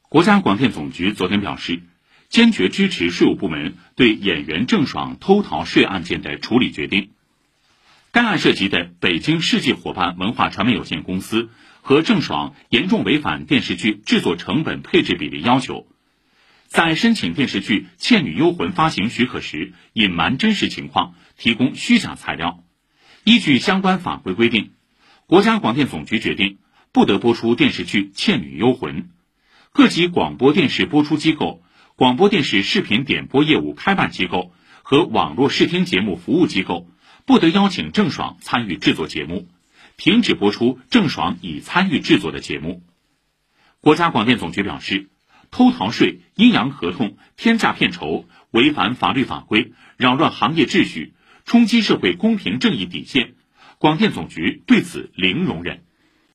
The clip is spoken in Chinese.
国家广电总局昨天表示，坚决支持税务部门对演员郑爽偷逃税案件的处理决定。该案涉及的北京世纪伙伴文化传媒有限公司和郑爽严重违反电视剧制作成本配置比例要求，在申请电视剧《倩女幽魂》发行许可时隐瞒真实情况，提供虚假材料。依据相关法规规定，国家广电总局决定不得播出电视剧《倩女幽魂》。各级广播电视播出机构、广播电视视频点播业务开办机构和网络视听节目服务机构不得邀请郑爽参与制作节目，停止播出郑爽已参与制作的节目。国家广电总局表示，偷逃税、阴阳合同、天价片酬，违反法律法规，扰乱行业秩序，冲击社会公平正义底线，广电总局对此零容忍。